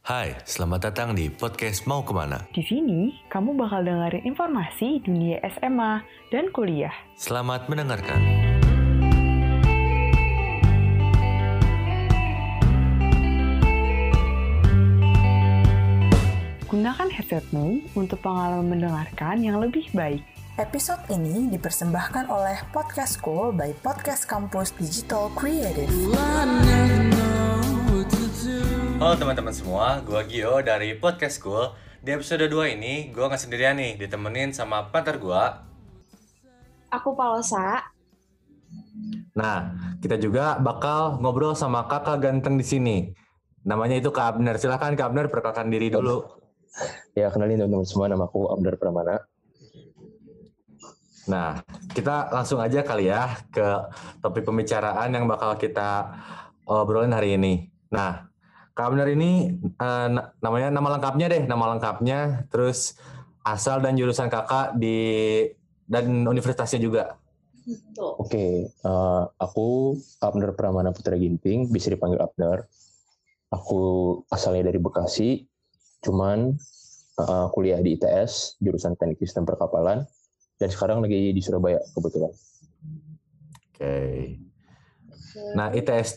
Hai, selamat datang di podcast Mau Kemana. Di sini, kamu bakal dengerin informasi dunia SMA dan kuliah. Selamat mendengarkan. Gunakan headsetmu untuk pengalaman mendengarkan yang lebih baik. Episode ini dipersembahkan oleh Podcast School by Podcast Campus Digital Creative. Halo teman-teman semua, gue Gio dari Podcast School. Di episode 2 ini, gue gak sendirian nih, ditemenin sama partner gue. Aku Palosa. Nah, kita juga bakal ngobrol sama kakak ganteng di sini. Namanya itu Kak Abner. Silahkan Kak Abner perkenalkan diri dulu. Ya, kenalin teman-teman semua, nama aku Abner Pramana. Nah, kita langsung aja kali ya ke topik pembicaraan yang bakal kita obrolin hari ini. Nah, Kak Abner ini namanya nama lengkapnya, terus asal dan jurusan kakak dan universitasnya juga. Oke, aku Abner Pramana Putra Ginting, bisa dipanggil Abner. Aku asalnya dari Bekasi, cuman kuliah di ITS, jurusan Teknik Sistem Perkapalan, dan sekarang lagi di Surabaya kebetulan. Oke. Nah, ITS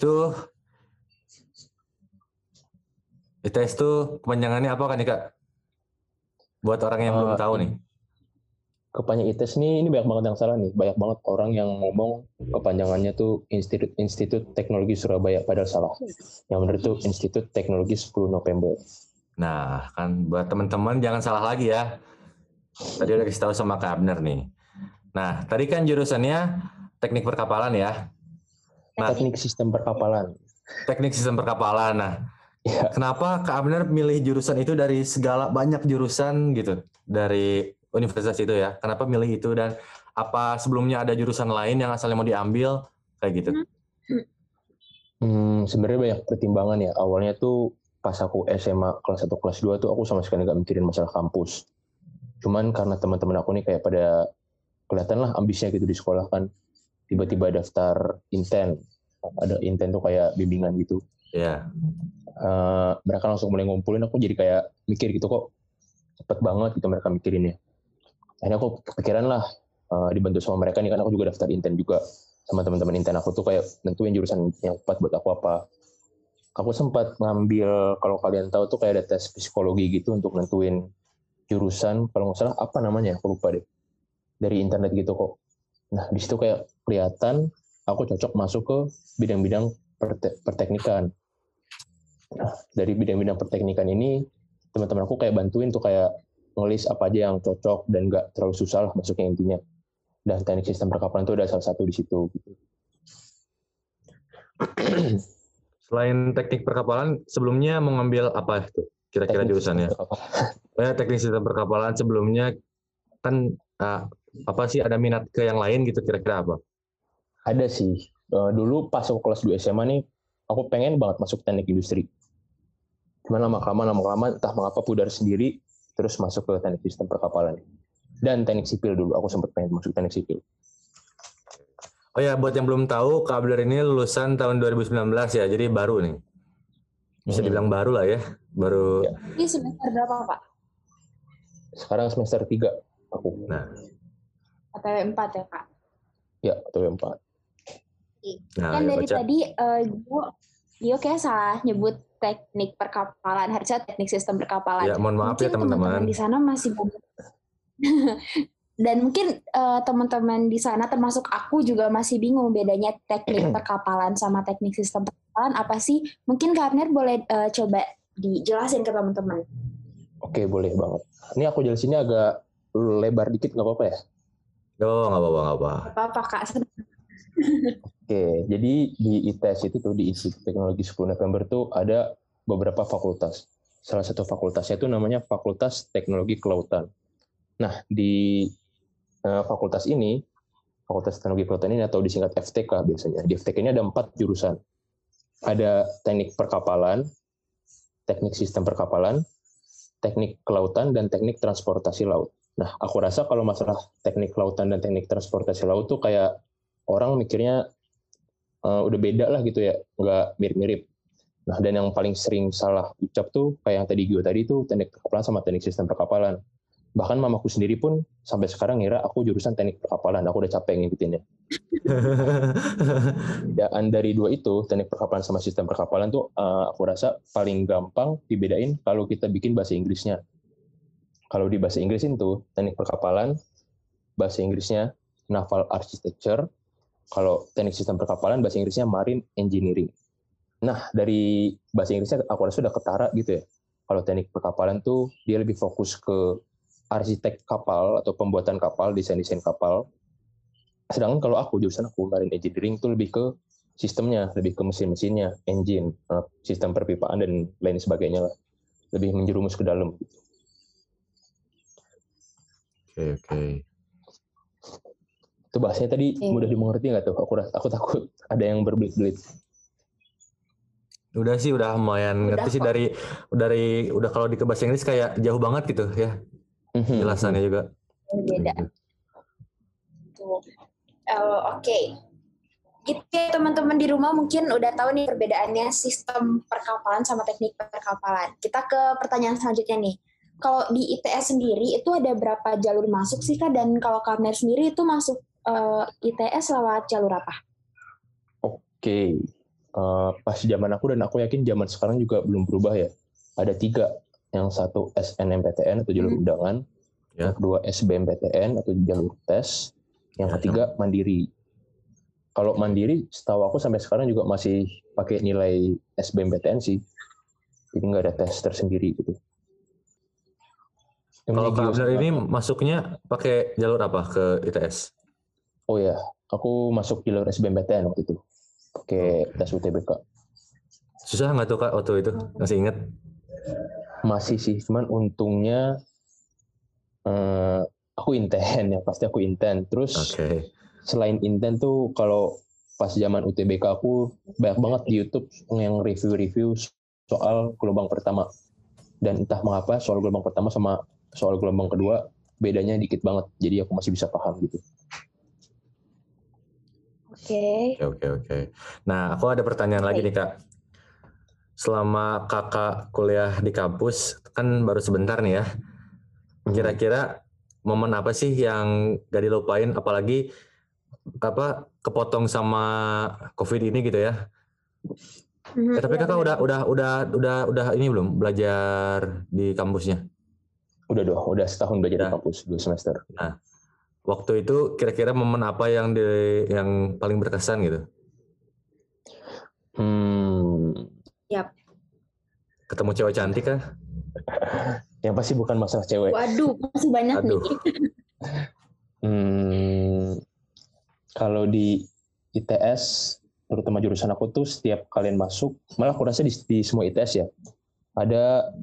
tuh kepanjangannya apa kan nih Kak? Buat orang yang belum tahu nih. Kepanjangan ITS ini banyak banget yang salah nih. Banyak banget orang yang ngomong kepanjangannya tuh Institut Teknologi Surabaya, padahal salah. Yang benar tuh Institut Teknologi 10 November. Nah, kan buat teman-teman jangan salah lagi ya. Tadi udah kasih tahu sama Kak Abner nih. Nah, tadi kan jurusannya teknik perkapalan ya. Nah, Teknik Sistem Perkapalan. Teknik sistem perkapalan. Nah, Ya. kenapa Kak Abner milih jurusan itu dari segala banyak jurusan gitu dari universitas itu ya? Kenapa milih itu dan apa sebelumnya ada jurusan lain yang asalnya mau diambil kayak gitu? Sebenarnya banyak pertimbangan ya. Awalnya tuh pas aku SMA kelas 1 kelas 2 tuh aku sama sekali nggak mikirin masalah kampus. Cuman karena teman-teman aku nih kayak pada kelihatan lah ambisnya gitu di sekolah kan. Tiba-tiba daftar Inten. Ada Inten tuh kayak bimbingan gitu. Ya. Mereka langsung mulai ngumpulin, aku jadi kayak mikir gitu kok cepet banget gitu mereka mikirinnya. Akhirnya aku kepikiran lah dibantu sama mereka nih kan aku juga daftar Inten juga sama teman-teman Inten aku tuh kayak nentuin jurusan yang tepat buat aku apa. Aku sempat ngambil, kalau kalian tahu tuh kayak ada tes psikologi gitu untuk nentuin jurusan, kalau nggak salah apa namanya aku lupa deh, dari internet gitu kok. Nah di situ kayak kelihatan aku cocok masuk ke bidang-bidang perteknikan. Nah, dari bidang-bidang perteknikan ini teman-teman aku kayak bantuin tuh kayak nulis apa aja yang cocok dan nggak terlalu susah lah masuknya intinya. Dan teknik sistem perkapalan itu ada salah satu di situ. Selain teknik perkapalan, sebelumnya mau ngambil apa itu? Kira-kira jurusannya? Teknik sistem perkapalan sebelumnya kan apa sih ada minat ke yang lain gitu kira-kira apa? Ada sih. Dulu pas aku kelas 2 SMA nih, aku pengen banget masuk teknik industri. Cuman lama-kelamaan entah mengapa pudar sendiri, terus masuk ke teknik sistem perkapalan. Dan teknik sipil dulu, aku sempat pengen masuk teknik sipil. Oh ya, buat yang belum tahu, Kak Abner ini lulusan tahun 2019 ya, jadi baru nih. Bisa dibilang baru lah ya. Baru. Ya. Ini semester berapa, Pak? Sekarang semester 3 aku. Nah. ATW 4 ya, Kak? Ya, ATW 4. Nah, kan dari baca. tadi Gio kayak salah nyebut teknik perkapalan, harusnya teknik sistem perkapalan. Ya, mohon maaf mungkin ya teman-teman. Di sana masih banyak. Dan mungkin teman-teman di sana termasuk aku juga masih bingung bedanya teknik perkapalan sama teknik sistem perkapalan apa sih? Mungkin Kak Abner boleh coba dijelasin ke teman-teman. Oke, boleh banget. Ini aku jelasinnya agak lebar dikit, nggak apa-apa ya? Oh, nggak apa-apa. Apa Kak? Oke, jadi di ITS itu tuh di Institut Teknologi 10 November tuh ada beberapa fakultas. Salah satu fakultasnya itu namanya Fakultas Teknologi Kelautan. Nah, di fakultas ini, Fakultas Teknologi Kelautan ini atau disingkat FTK biasanya. Di FTK ini ada 4 jurusan. Ada teknik perkapalan, teknik sistem perkapalan, teknik kelautan, dan teknik transportasi laut. Nah, aku rasa kalau masalah teknik kelautan dan teknik transportasi laut tuh kayak orang mikirnya udah beda lah gitu ya, nggak mirip-mirip. Nah, dan yang paling sering salah ucap tuh kayak yang tadi Gio tadi tuh teknik perkapalan sama teknik sistem perkapalan. Bahkan mamaku sendiri pun sampai sekarang ngira aku jurusan teknik perkapalan. Aku udah capek ngikutinnya. Bedaan dari dua itu, teknik perkapalan sama sistem perkapalan tuh aku rasa paling gampang dibedain kalau kita bikin bahasa Inggrisnya. Kalau di bahasa Inggris itu teknik perkapalan, bahasa Inggrisnya naval architecture. Kalau teknik sistem perkapalan, bahasa Inggrisnya marine engineering. Nah, dari bahasa Inggrisnya aku rasa sudah ketara gitu ya. Kalau teknik perkapalan tuh dia lebih fokus ke arsitek kapal atau pembuatan kapal, desain-desain kapal. Sedangkan kalau jurusan aku marine engineering tuh lebih ke sistemnya, lebih ke mesin-mesinnya, engine, sistem perpipaan dan lain sebagainya lah. Lebih menjerumus ke dalam. Oke. Itu bahasanya tadi mudah dimengerti nggak tuh? Aku takut ada yang berbelit-belit. Udah sih, udah lumayan ngerti sih udah kalau di ke bahasa Inggris kayak jauh banget gitu ya. Jelasannya juga. Beda. Oke. Gitu ya teman-teman di rumah mungkin udah tahu nih perbedaannya sistem perkapalan sama teknik perkapalan. Kita ke pertanyaan selanjutnya nih. Kalau di ITS sendiri itu ada berapa jalur masuk sih Kak? Dan kalau Kamner sendiri itu masuk ITS lewat jalur apa? Oke. Pas zaman aku dan aku yakin zaman sekarang juga belum berubah ya. Ada 3. Yang satu SNMPTN atau jalur undangan. Yang kedua SBMPTN atau jalur tes. Yang ketiga mandiri. Kalau mandiri setahu aku sampai sekarang juga masih pakai nilai SBMPTN sih. Jadi nggak ada tes tersendiri gitu. Kalau Kak Abner ini masuknya pakai jalur apa ke ITS? Oh ya, aku masuk jalur SBMPTN waktu itu. Pakai tes UTBK. Susah nggak tuh Kak waktu itu? Masih inget? Masih sih, cuman untungnya aku inten ya, pasti aku inten. Terus selain inten tuh kalau pas zaman UTBK aku banyak banget di YouTube yang review-review soal gelombang pertama. Dan entah mengapa soal gelombang pertama sama soal gelombang kedua bedanya dikit banget. Jadi aku masih bisa paham gitu. Oke. Nah, aku ada pertanyaan lagi nih Kak. Selama Kakak kuliah di kampus, kan baru sebentar nih ya. Kira-kira momen apa sih yang gak dilupain, apalagi kepotong sama COVID ini gitu ya? Tapi Kakak udah ini belum belajar di kampusnya? Udah setahun belajar di kampus, 2 semester. Nah, waktu itu kira-kira momen apa yang paling berkesan gitu? Yap. Ketemu cewek cantik kan? Yang pasti bukan masalah cewek. Waduh, masih banyak nih. Kalau di ITS, terutama jurusan aku tuh setiap kalian masuk, malah aku rasa di semua ITS ya, ada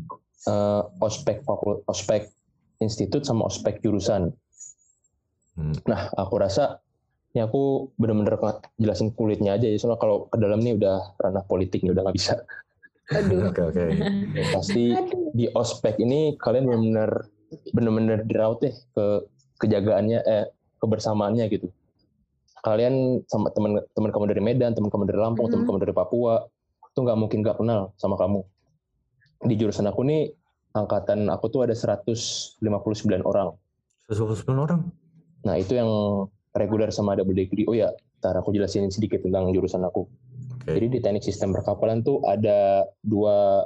ospek institut sama ospek jurusan. Nah, aku rasa ini aku benar-benar jelasin kulitnya aja ya, soalnya kalau ke dalam nih udah ranah politik nih, udah nggak bisa. Oke. Pasti di ospek ini kalian benar-benar diraut deh kejagaannya, kebersamaannya gitu. Kalian sama teman kamu dari Medan, teman kamu dari Lampung, teman kamu dari Papua, itu nggak mungkin nggak kenal sama kamu. Di jurusan aku nih, angkatan aku tuh ada 159 orang. 159 orang? Nah, itu yang reguler sama double degree. Oh ya, ntar aku jelasin sedikit tentang jurusan aku. Jadi di teknik sistem perkapalan tuh ada dua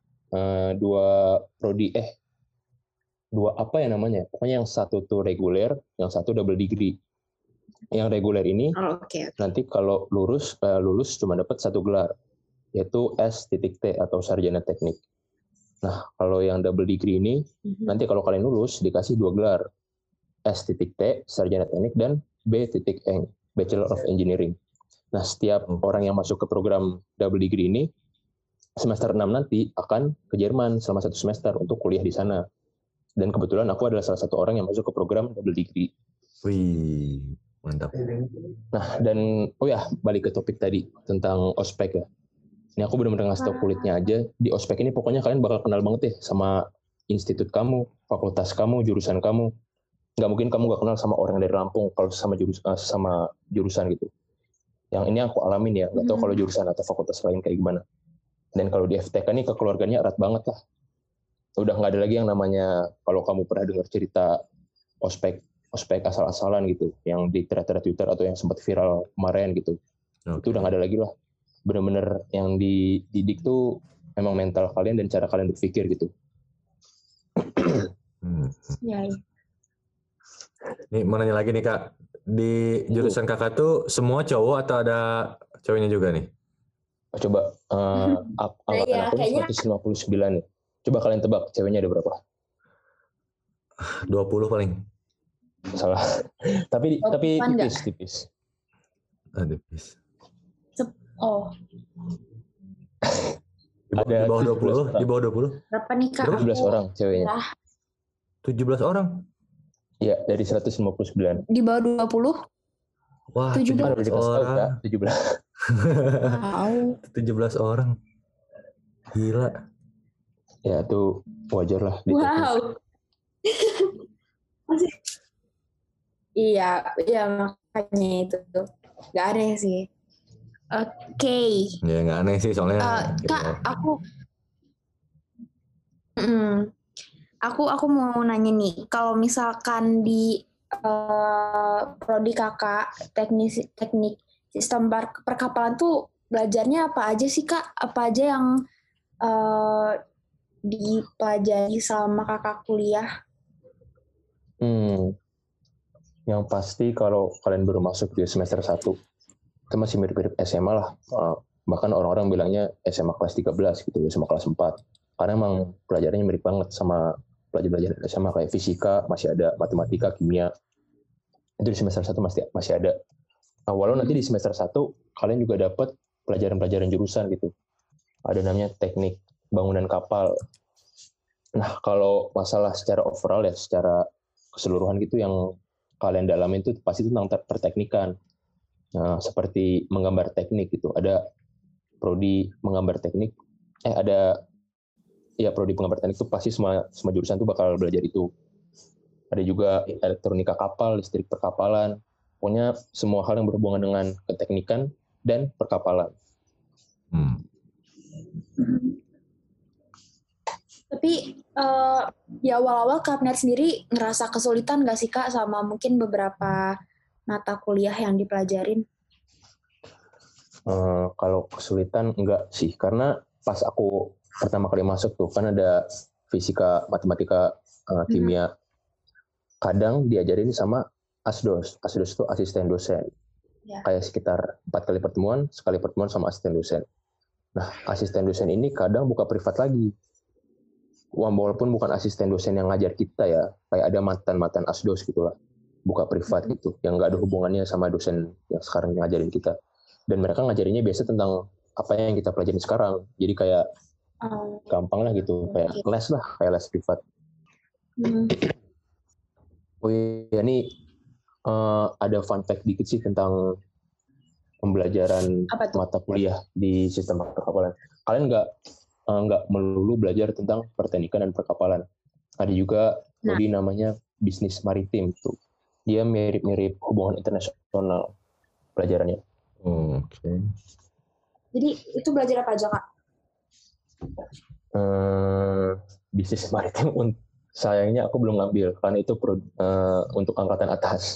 prodi, dua apa ya namanya? Pokoknya yang satu tuh reguler, yang satu double degree. Yang reguler ini nanti kalau lulus cuma dapat 1 gelar, yaitu S.T atau sarjana teknik. Nah, kalau yang double degree ini, nanti kalau kalian lulus dikasih 2 gelar, S.T sarjana teknik dan B.Eng Bachelor of Engineering. Nah, setiap orang yang masuk ke program double degree ini semester 6 nanti akan ke Jerman selama 1 semester untuk kuliah di sana. Dan kebetulan aku adalah salah satu orang yang masuk ke program double degree. Wih, mantap. Nah, dan balik ke topik tadi tentang ospek ya. Ini aku benar-benar ngasih tau kulitnya aja. Di ospek ini pokoknya kalian bakal kenal banget deh sama institut kamu, fakultas kamu, jurusan kamu. Nggak mungkin kamu nggak kenal sama orang dari Lampung kalau sama jurusan gitu. Yang ini aku alamin ya, nggak tahu kalau jurusan atau fakultas lain kayak gimana. Dan kalau di FTK nih kekeluarganya erat banget lah. Udah nggak ada lagi yang namanya, kalau kamu pernah dengar cerita ospek asal-asalan gitu, yang di Twitter atau yang sempat viral kemarin gitu. Itu udah nggak ada lagi lah. Bener-bener yang dididik tuh memang mental kalian dan cara kalian berpikir gitu. Ya. Nih mau nanya lagi nih Kak, di jurusan Kakak tuh semua cowok atau ada cowoknya juga nih? Coba angkatan aku nih 159 nih. Coba kalian tebak ceweknya ada berapa? 20 paling. Salah. tapi tipis. Tipis. Oh. Di bawah 20? Di bawah 20? Berapa nih Kak? 17 orang ceweknya. 17 orang? Iya, dari 159. Di bawah 20? Wah, 17 orang. 17. Wow. 17 orang. Gila. Ya, itu wajar lah. Wow. Iya, makanya itu tuh. Gak aneh sih. Oke. Ya nggak aneh sih soalnya. Kak, aku mau nanya nih, kalau misalkan di prodi kakak teknik sistem perkapalan tuh belajarnya apa aja sih Kak? Apa aja yang dipelajari selama kakak kuliah? Yang pasti kalau kalian baru masuk di semester 1, itu masih mirip-mirip SMA lah. Bahkan orang-orang bilangnya SMA kelas 13 gitu, SMA kelas 4. Karena emang pelajarannya mirip banget sama pelajaran SMA kayak fisika, masih ada matematika, kimia. Itu di semester 1 masih ada. Nah, walau nanti di semester 1 kalian juga dapat pelajaran-pelajaran jurusan gitu. Ada namanya teknik bangunan kapal. Nah, kalau masalah secara overall ya, secara keseluruhan gitu yang kalian dalamin itu pasti tentang perteknikan. Nah, seperti menggambar teknik gitu. Ada prodi menggambar teknik. Prodi penggambar teknik itu pasti semua jurusan tuh bakal belajar itu. Ada juga elektronika kapal, listrik perkapalan. Pokoknya semua hal yang berhubungan dengan keteknikan dan perkapalan. Tapi di awal-awal Kak Abner sendiri ngerasa kesulitan nggak sih Kak sama mungkin beberapa mata kuliah yang dipelajarin? Kalau kesulitan enggak sih, karena pas aku pertama kali masuk tuh kan ada fisika, matematika, kimia. Kadang diajarin sama asdos. Asdos itu asisten dosen. Ya. Kayak sekitar 4 kali pertemuan, sekali pertemuan sama asisten dosen. Nah, asisten dosen ini kadang buka privat lagi. Walaupun bukan asisten dosen yang ngajar kita ya, kayak ada mantan asdos gitulah, buka privat gitu, yang nggak ada hubungannya sama dosen yang sekarang ngajarin kita. Dan mereka ngajarinnya biasa tentang apa yang kita pelajarin sekarang. Jadi kayak gampang lah gitu, kayak les privat. Oh iya, ini ada fun fact dikit sih tentang pembelajaran mata kuliah di sistem perkapalan. Kalian nggak melulu belajar tentang perteknikan dan perkapalan. Ada juga prodi namanya bisnis maritim tuh. Dia mirip-mirip hubungan internasional pelajarannya. Oke. Jadi itu belajar apa aja Kak? Bisnis maritim sayangnya aku belum ngambil karena itu untuk angkatan atas.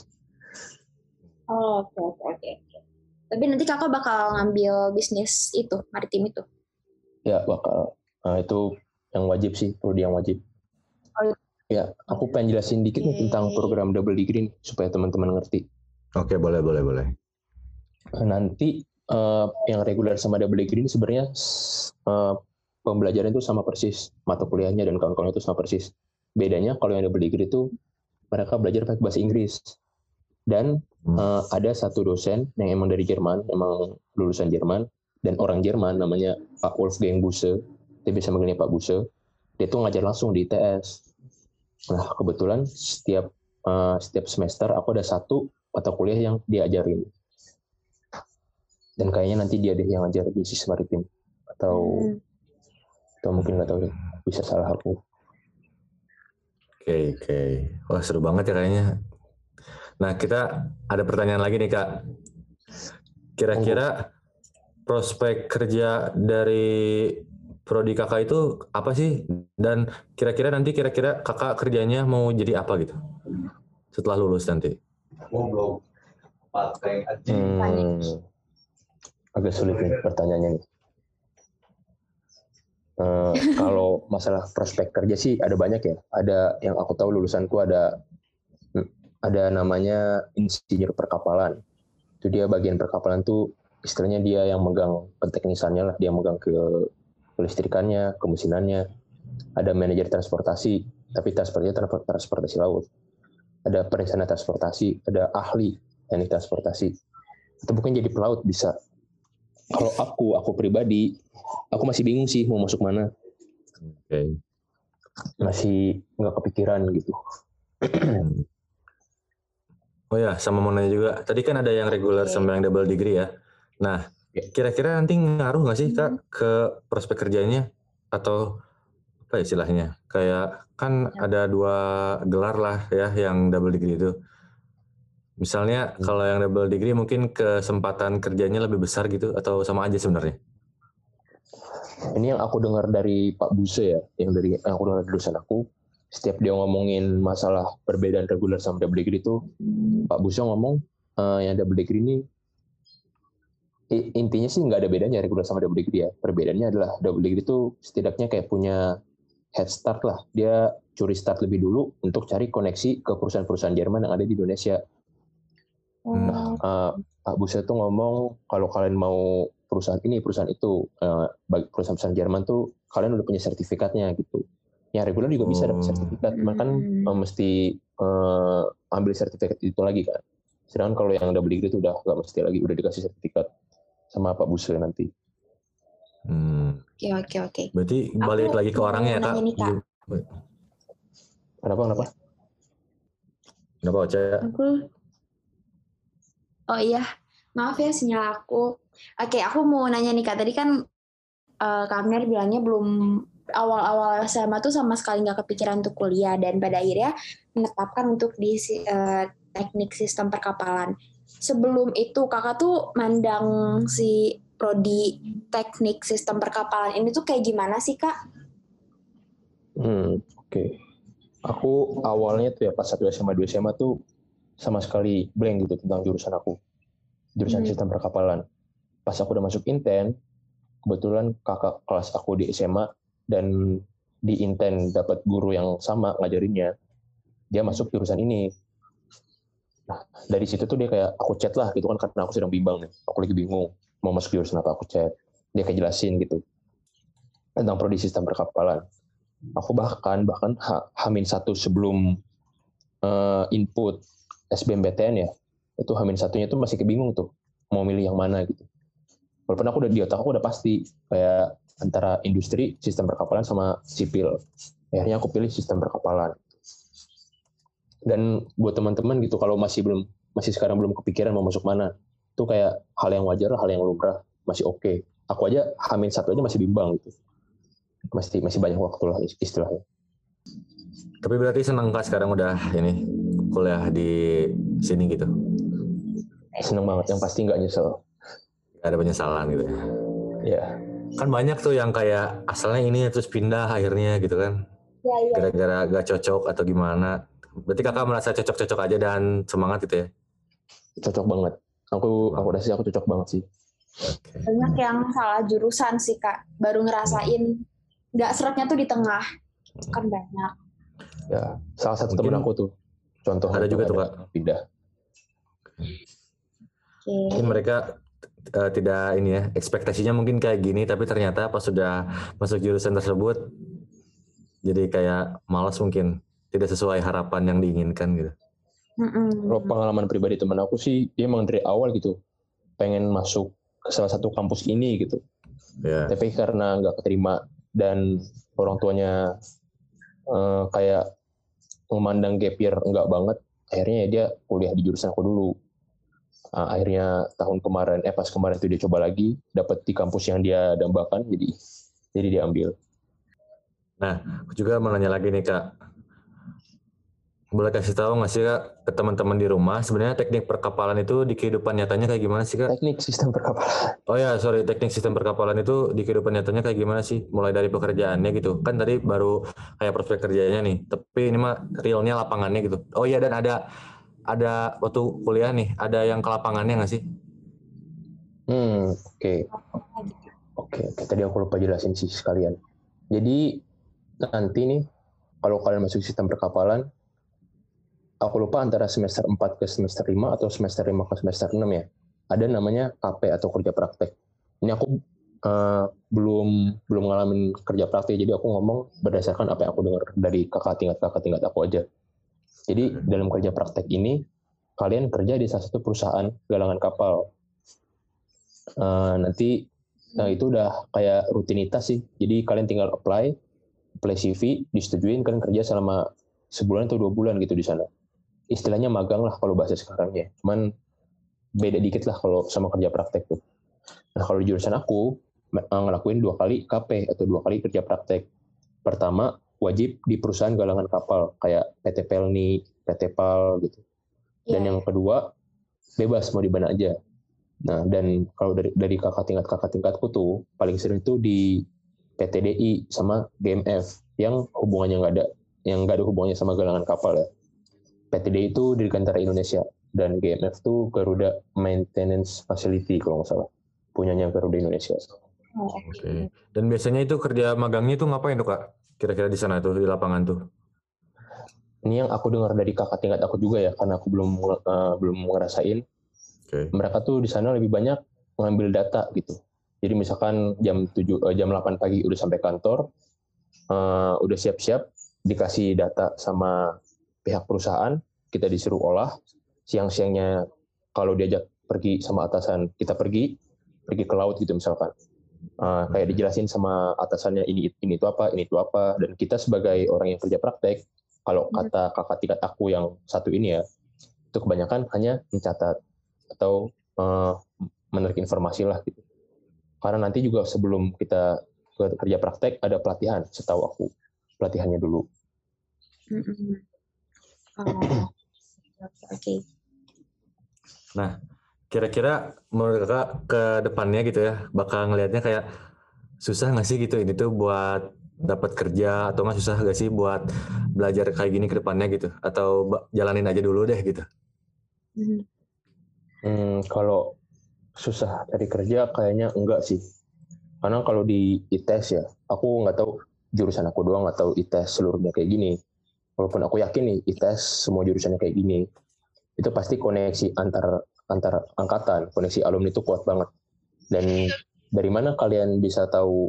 Oke. Tapi nanti kakak bakal ngambil bisnis itu, maritim itu? Ya bakal. Itu yang wajib sih, prodi yang wajib. Ya, aku pengen jelasin dikit nih tentang program double degree nih, supaya teman-teman ngerti. Oke, boleh. Nanti yang reguler sama double degree ini sebenarnya pembelajaran itu sama persis, mata kuliahnya dan kawan-kawan itu sama persis. Bedanya kalau yang double degree itu mereka belajar pakai bahasa Inggris. Dan ada satu dosen yang emang dari Jerman, emang lulusan Jerman, dan orang Jerman namanya Pak Wolfgang Busse, dia bisa manggilnya Pak Busse, dia tuh ngajar langsung di ITS. Nah, kebetulan setiap semester aku ada satu mata kuliah yang dia ajarin. Dan kayaknya nanti dia deh yang ngajar bisnis maritim. Atau mungkin nggak tahu deh, bisa salah aku. Oke. Wah, seru banget ya kayaknya. Nah, kita ada pertanyaan lagi nih, Kak. Kira-kira prospek kerja dari prodi kakak itu apa sih? Dan kira-kira kakak kerjanya mau jadi apa gitu? Setelah lulus nanti. Agak sulit nih pertanyaannya nih. Kalau masalah prospek kerja sih ada banyak ya. Ada yang aku tahu lulusanku ada namanya insinyur perkapalan. Itu dia bagian perkapalan tuh istilahnya dia yang megang keteknisannya lah, dia megang ke kelistrikannya, kemesinannya. Ada manajer transportasi, tapi transportasi laut. Ada perencana transportasi, ada ahli teknik transportasi. Atau mungkin jadi pelaut bisa. Kalau aku pribadi, aku masih bingung sih mau masuk mana. Oke. Masih nggak kepikiran gitu. Oh ya, sama mau nanya juga. Tadi kan ada yang regular sama yang double degree ya. Nah, kira-kira nanti ngaruh nggak sih Kak ke prospek kerjanya? Atau apa istilahnya? Kayak kan ada 2 gelar lah ya yang double degree itu. Misalnya kalau yang double degree mungkin kesempatan kerjanya lebih besar gitu atau sama aja sebenarnya? Ini yang aku dengar dari Pak Buse ya, yang aku dengar dari dosen aku. Setiap dia ngomongin masalah perbedaan reguler sama double degree itu, Pak Buse ngomong yang double degree ini intinya sih nggak ada bedanya reguler sama double degree ya. Perbedaannya adalah double degree itu setidaknya kayak punya head start lah. Dia curi start lebih dulu untuk cari koneksi ke perusahaan-perusahaan Jerman yang ada di Indonesia. Nah, Pak Buset tuh ngomong kalau kalian mau perusahaan ini, perusahaan itu, perusahaan Jerman tuh kalian udah punya sertifikatnya gitu. Yang reguler juga bisa dapat sertifikat, cuma kan mesti ambil sertifikat itu lagi kan. Sedangkan kalau yang double degree itu udah nggak mesti lagi, udah dikasih sertifikat sama Pak Buset nanti. Oke. Berarti balik lagi ke orangnya Kak. Kenapa? Kenapa Ocha? Oh iya, maaf ya sinyal aku. Oke, aku mau nanya nih Kak. Tadi kan Kak Amner bilangnya belum awal-awal SMA tuh sama sekali nggak kepikiran untuk kuliah dan pada akhirnya menetapkan untuk di teknik sistem perkapalan. Sebelum itu Kakak tuh mandang si prodi teknik sistem perkapalan ini tuh kayak gimana sih Kak? Oke. Aku awalnya tuh ya pas 1 SMA 2 SMA tuh sama sekali blank gitu tentang jurusan aku. Jurusan sistem perkapalan. Pas aku udah masuk Inten, kebetulan kakak kelas aku di SMA dan di Inten dapat guru yang sama ngajarinnya. Dia masuk jurusan ini. Nah, dari situ tuh dia kayak aku chat lah gitu kan karena aku sedang bimbang nih. Aku lagi bingung mau masuk jurusan apa, aku chat. Dia kayak jelasin gitu tentang prodi sistem perkapalan. Aku bahkan H-1 sebelum input SBMPTN ya, itu H-1-nya tuh masih kebingung tuh mau milih yang mana gitu. Walaupun aku udah di otak aku udah pasti kayak antara industri, sistem perkapalan sama sipil. Akhirnya aku pilih sistem perkapalan. Dan buat teman-teman gitu kalau masih sekarang belum kepikiran mau masuk mana, itu kayak hal yang wajar, hal yang lumrah, masih oke. Aku aja H-1 aja masih bimbang gitu. Masih banyak waktu lah istilahnya. Tapi berarti senang Kak sekarang udah ini kuliah di sini gitu? Seneng banget, yang pasti nggak nyesel. Gak ada penyesalan gitu ya? Ya. Kan banyak tuh yang kayak asalnya ini terus pindah akhirnya gitu kan? Ya. Gara-gara gak cocok atau gimana? Berarti kakak merasa cocok-cocok aja dan semangat gitu ya? Cocok banget. Aku rasa aku cocok banget sih. Okay. Banyak yang salah jurusan sih Kak, baru ngerasain nggak seretnya tuh di tengah. Kan banyak. Ya, salah satu temen aku tuh. Contoh ada juga tuh Kak pindah. Mungkin mereka tidak ini ya, ekspektasinya mungkin kayak gini, tapi ternyata pas sudah masuk jurusan tersebut jadi kayak malas mungkin, tidak sesuai harapan yang diinginkan gitu. Kalau pengalaman pribadi teman aku sih, dia emang dari awal gitu pengen masuk ke salah satu kampus ini gitu. Yeah. Tapi karena nggak keterima dan orang tuanya kayak memandang gap year enggak banget, akhirnya dia kuliah di jurusan aku dulu. Akhirnya pas kemarin itu dia coba lagi, dapat di kampus yang dia dambakan, jadi dia ambil. Nah, aku juga mau nanya lagi nih Kak. boleh kasih tahu nggak sih Kak ke teman-teman di rumah sebenarnya teknik perkapalan itu di kehidupan nyatanya kayak gimana sih Kak? Teknik sistem perkapalan. Oh ya, sorry, teknik sistem perkapalan itu di kehidupan nyatanya kayak gimana sih? Mulai dari pekerjaannya gitu. Kan tadi baru kayak prospek kerjanya nih, tapi ini mah realnya lapangannya gitu. Oh iya, dan ada waktu kuliah nih, ada yang ke lapangannya nggak sih? Oke. Tadi aku lupa jelasin sih sekalian. Jadi nanti nih, kalau kalian masuk sistem perkapalan, aku lupa antara semester 4 ke semester 5 atau semester 5 ke semester 6 ya. Ada namanya KP atau kerja praktek. Ini aku belum ngalamin kerja praktek, jadi aku ngomong berdasarkan apa yang aku dengar dari kakak tingkat aku aja. Jadi dalam kerja praktek ini, kalian kerja di salah satu perusahaan galangan kapal. Nanti itu udah kayak rutinitas sih. Jadi kalian tinggal apply CV, disetujuin, kalian kerja selama sebulan atau 2 bulan gitu di sana. Istilahnya magang lah kalau bahasa sekarang ya. Cuman beda dikit lah kalau sama kerja praktek tuh. Nah kalau di jurusan aku, ngelakuin 2 kali KP atau 2 kali kerja praktek. Pertama, wajib di perusahaan galangan kapal, kayak PT Pelni, PT PAL gitu. Dan yang kedua, bebas mau di mana aja. Nah, dan kalau dari kakak tingkatku tuh, paling sering tuh di PTDI sama GMF, yang hubungannya nggak ada hubungannya sama galangan kapal ya. PTDI itu Dirgantara Indonesia, dan GMF tuh Garuda Maintenance Facility kalau nggak salah, punyanya Garuda Indonesia. Oke. Dan biasanya itu kerja magangnya itu ngapain tuh Kak? Kira-kira di sana tuh, di lapangan tuh? Ini yang aku dengar dari kakak tingkat aku juga ya, karena aku belum ngerasain. Okay. Mereka tuh di sana lebih banyak mengambil data gitu. Jadi misalkan jam 8 pagi udah sampai kantor, udah siap-siap, dikasih data sama pihak perusahaan, kita disuruh olah. Siang-siangnya kalau diajak pergi sama atasan, kita pergi ke laut gitu misalkan. Kayak dijelasin sama atasannya ini itu apa, dan kita sebagai orang yang kerja praktek, kalau kata kakak tingkat aku yang satu ini ya, itu kebanyakan hanya mencatat atau menarik informasi lah gitu. Karena nanti juga sebelum kita kerja praktek ada pelatihan, setahu aku pelatihannya dulu. Oke. Nah, kira-kira menurut kakak ke depannya gitu ya, bakal ngelihatnya kayak susah nggak sih gitu ini tuh buat dapat kerja, atau nggak susah nggak sih buat belajar kayak gini ke depannya gitu, atau jalanin aja dulu deh gitu? Kalau susah cari kerja kayaknya enggak sih, karena kalau di ITES ya, aku nggak tahu jurusan aku doang nggak tahu ITES seluruhnya kayak gini. Walaupun aku yakin nih ITES semua jurusannya kayak gini, itu pasti koneksi antar angkatan, koneksi alumni itu kuat banget. Dan dari mana kalian bisa tahu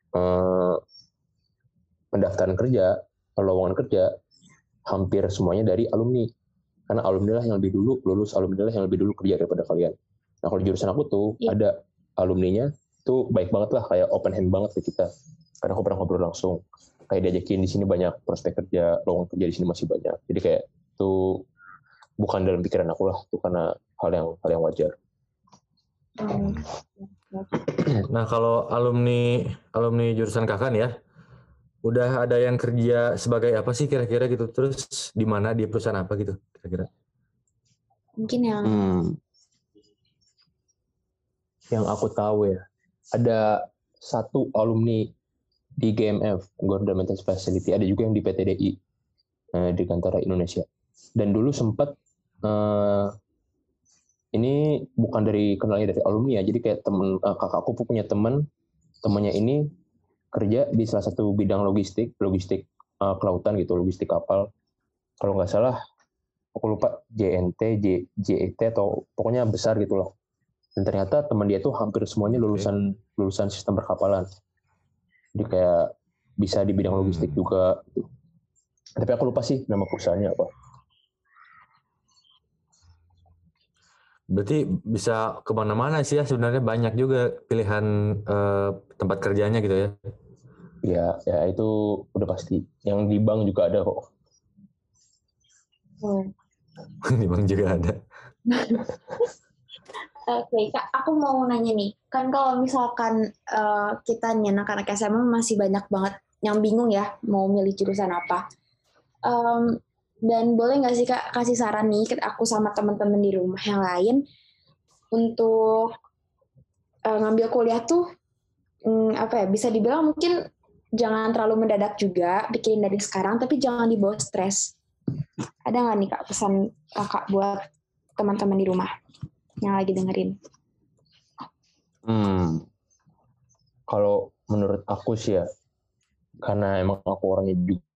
pendaftaran kerja, lowongan kerja, hampir semuanya dari alumni. Karena alumni lah yang lebih dulu lulus, alumni lah yang lebih dulu kerja daripada kalian. Nah kalau jurusan aku tuh ada alumninya tuh baik banget lah, kayak open hand banget ke kita. Karena aku pernah ngobrol langsung, kayak diajakin di sini banyak prospek kerja, lowongan kerja di sini masih banyak. Jadi kayak tuh bukan dalam pikiran aku lah, tuh karena hal yang wajar. Nah kalau alumni jurusan kakak nih ya, udah ada yang kerja sebagai apa sih kira-kira gitu, terus di mana, di perusahaan apa gitu kira-kira? Mungkin yang aku tahu ya, ada satu alumni di GMF, Garuda Maintenance Facility, ada juga yang di PTDI, Dirgantara Indonesia. Dan dulu sempat ini bukan kenalnya dari alumni ya, jadi kayak kakakku punya temannya ini kerja di salah satu bidang logistik kelautan gitu, logistik kapal. Kalau nggak salah, aku lupa JNT, JET atau pokoknya besar gitu loh. Dan ternyata teman dia tuh hampir semuanya lulusan sistem perkapalan. Jadi kayak bisa di bidang logistik juga. Gitu. Tapi aku lupa sih nama perusahaannya apa. Berarti bisa kemana-mana sih ya, sebenarnya banyak juga pilihan tempat kerjanya gitu ya? Ya itu udah pasti. Yang di bank juga ada kok. Di bank juga ada. Oke, Kak, aku mau nanya nih. Kan kalau misalkan kita nih anak-anak SMA masih banyak banget yang bingung ya mau milih jurusan apa. Dan boleh nggak sih Kak kasih saran nih ke aku sama teman-teman di rumah yang lain untuk ngambil kuliah tuh bisa dibilang mungkin jangan terlalu mendadak juga, pikirin dari sekarang, tapi jangan dibawa stres. Ada nggak nih Kak pesan Kakak buat teman-teman di rumah yang lagi dengerin? Kalau menurut aku sih ya, karena emang aku orangnya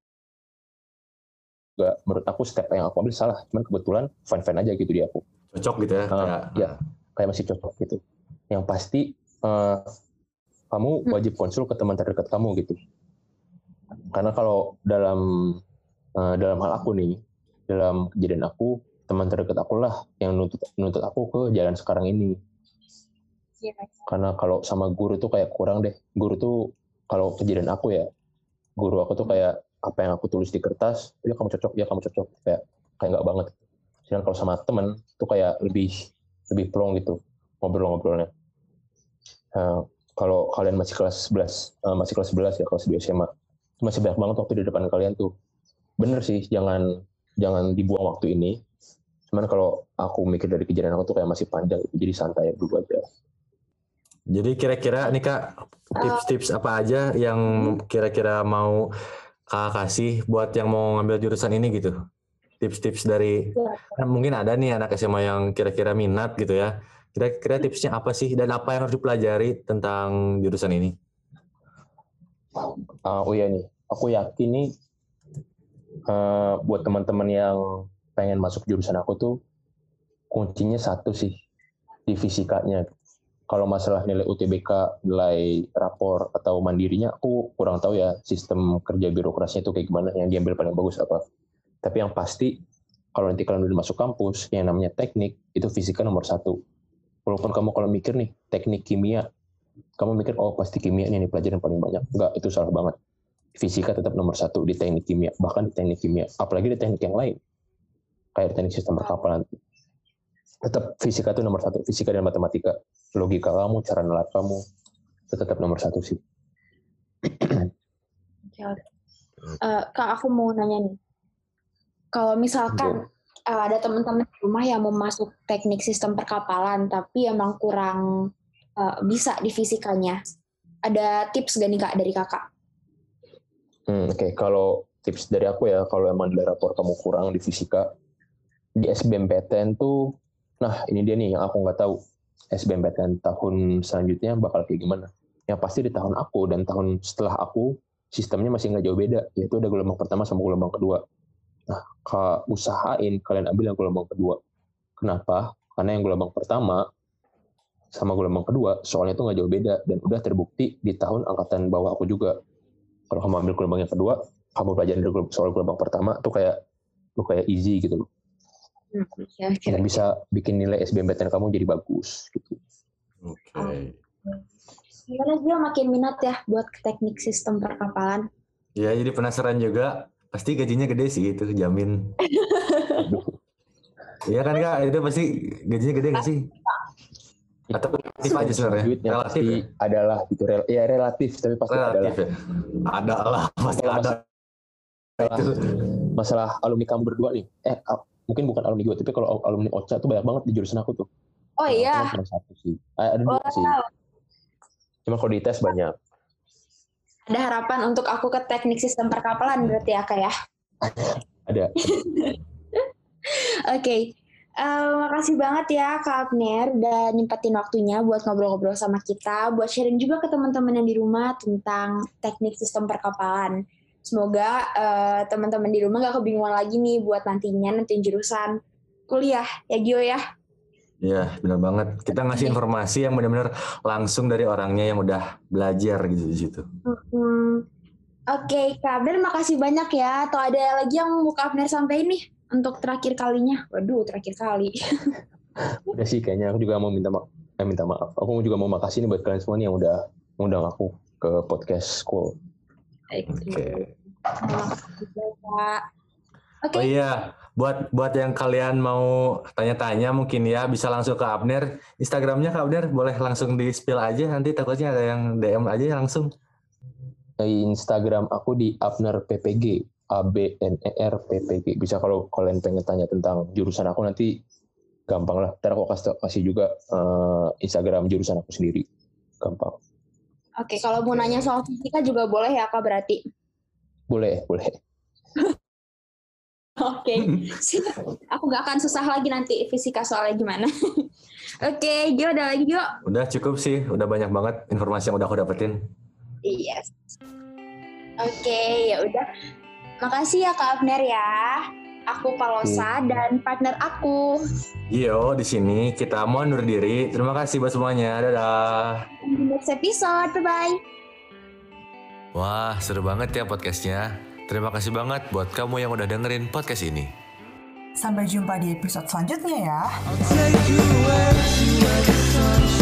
juga, menurut aku step yang aku ambil salah, cuman kebetulan fine-fine aja gitu di aku. Cocok gitu ya? Kayak masih cocok gitu. Yang pasti kamu wajib konsul ke teman terdekat kamu gitu. Karena kalau dalam hal aku nih, dalam kejadian aku, teman terdekat aku lah yang nuntut aku ke jalan sekarang ini. Karena kalau sama guru tuh kayak kurang deh. Guru tuh kalau kejadian aku ya, guru aku tuh kayak apa yang aku tulis di kertas, ya kamu cocok, kayak nggak banget. Sedangkan kalau sama temen tuh kayak lebih plong gitu ngobrolnya. Kalau kalian masih kelas 11 ya, kelas 2 SMA, masih banyak banget waktu di depan kalian tuh. Bener sih, jangan dibuang waktu ini. Cuman kalau aku mikir dari kejadian aku tuh kayak masih panjang, jadi santai dulu aja. Jadi kira-kira nih Kak, tips-tips apa aja yang kira-kira mau Kak kasih buat yang mau ngambil jurusan ini gitu? Tips-tips dari, mungkin ada nih anak SMA yang kira-kira minat gitu ya. Kira-kira tipsnya apa sih dan apa yang harus dipelajari tentang jurusan ini? Oh iya nih, aku yakin nih buat teman-teman yang pengen masuk jurusan aku tuh kuncinya satu sih, di fisikanya. Kalau masalah nilai UTBK, nilai rapor atau mandirinya, aku kurang tahu ya sistem kerja birokrasinya itu kayak gimana, yang diambil paling bagus apa. Tapi yang pasti, kalau nanti kalian udah masuk kampus, yang namanya teknik, itu fisika nomor 1. Walaupun kamu kalau mikir nih, teknik kimia, kamu mikir, oh pasti kimia nih pelajaran paling banyak. Enggak, itu salah banget. Fisika tetap nomor 1 di teknik kimia, bahkan di teknik kimia. Apalagi di teknik yang lain, kayak teknik sistem perkapalan. Tetap fisika itu nomor 1, fisika dan matematika. Logika kamu, cara nalar kamu, itu tetap nomor 1 sih. Kak, aku mau nanya nih. Kalau misalkan ada teman-teman di rumah yang mau masuk teknik sistem perkapalan, tapi emang kurang bisa di fisikanya, ada tips gak nih Kak dari Kakak? Oke. Kalau tips dari aku ya, kalau emang nilai rapor kamu kurang di fisika, di SBMPTN tuh, nah ini dia nih yang aku nggak tahu. SBMPTN tahun selanjutnya bakal kayak gimana. Yang pasti di tahun aku dan tahun setelah aku, sistemnya masih nggak jauh beda, yaitu ada gelombang pertama sama gelombang kedua. Nah, usahain kalian ambil yang gelombang kedua. Kenapa? Karena yang gelombang pertama sama gelombang kedua, soalnya itu nggak jauh beda, dan udah terbukti di tahun angkatan bawah aku juga. Kalau kamu ambil gelombang yang kedua, kamu pelajarin soal gelombang pertama, tuh kayak easy gitu loh. Dan bisa bikin nilai SBMPTN kamu jadi bagus gitu. Oke. Gimana dia makin minat ya buat teknik sistem perkapalan? Ya, jadi penasaran juga. Pasti gajinya gede sih, itu jamin. Iya kan Kak, itu pasti gajinya gede nggak sih? Atau relatif aja sebenarnya? Duitnya Relatif pasti ya? adalah gitu. Ya relatif, tapi pasti Relatif adalah. ya? Ada lah, pasti ada. Itu. Masalah alumni kamu berdua nih. Mungkin bukan alumni gue, tapi kalau alumni OCA tuh banyak banget di jurusan aku tuh. Oh iya? Cuma 1 sih. Ada 2 sih. Cuma kalau dites banyak. Ada harapan untuk aku ke teknik sistem perkapalan berarti ya Kak ya? Ada. Oke. Makasih banget ya Kak Abner udah nyempetin waktunya buat ngobrol-ngobrol sama kita, buat sharing juga ke teman-teman yang di rumah tentang teknik sistem perkapalan. Semoga teman-teman di rumah gak kebingungan lagi nih buat nentuin jurusan kuliah ya Gio ya. Iya, benar banget. Kita ngasih informasi yang benar-benar langsung dari orangnya yang udah belajar gitu di situ. Oke, Kak Abner makasih banyak ya. Atau ada lagi yang mau Kak Abner sampaikan nih untuk terakhir kalinya? Waduh, terakhir kali. Udah sih kayaknya aku juga mau minta maaf. Aku juga mau makasih nih buat kalian semua nih yang udah ngundang aku ke podcast school. Oke. Oke. Oh iya, buat yang kalian mau tanya-tanya mungkin ya bisa langsung ke Abner. Instagramnya Kak Abner boleh langsung di spill aja, nanti takutnya ada yang DM aja langsung. Instagram aku di Abner PPG. ABNERPPG. Bisa kalau kalian pengen tanya tentang jurusan aku nanti gampang lah. Ntar aku kasih juga Instagram jurusan aku sendiri. Gampang. Oke, kalau mau nanya soal fisika juga boleh ya Kak berarti? Boleh. Oke, aku nggak akan susah lagi nanti fisika soalnya gimana. Oke, Gio ada lagi Gio? Udah cukup sih, udah banyak banget informasi yang udah aku dapetin. Iya. Oke, ya udah. Makasih ya Kak Abner ya. Aku Palosa dan partner aku. Gio, di sini kita mau undur diri. Terima kasih buat semuanya. Dadah. Di next episode, bye-bye. Wah, seru banget ya podcastnya. Terima kasih banget buat kamu yang udah dengerin podcast ini. Sampai jumpa di episode selanjutnya ya. I'll take you away to where the sun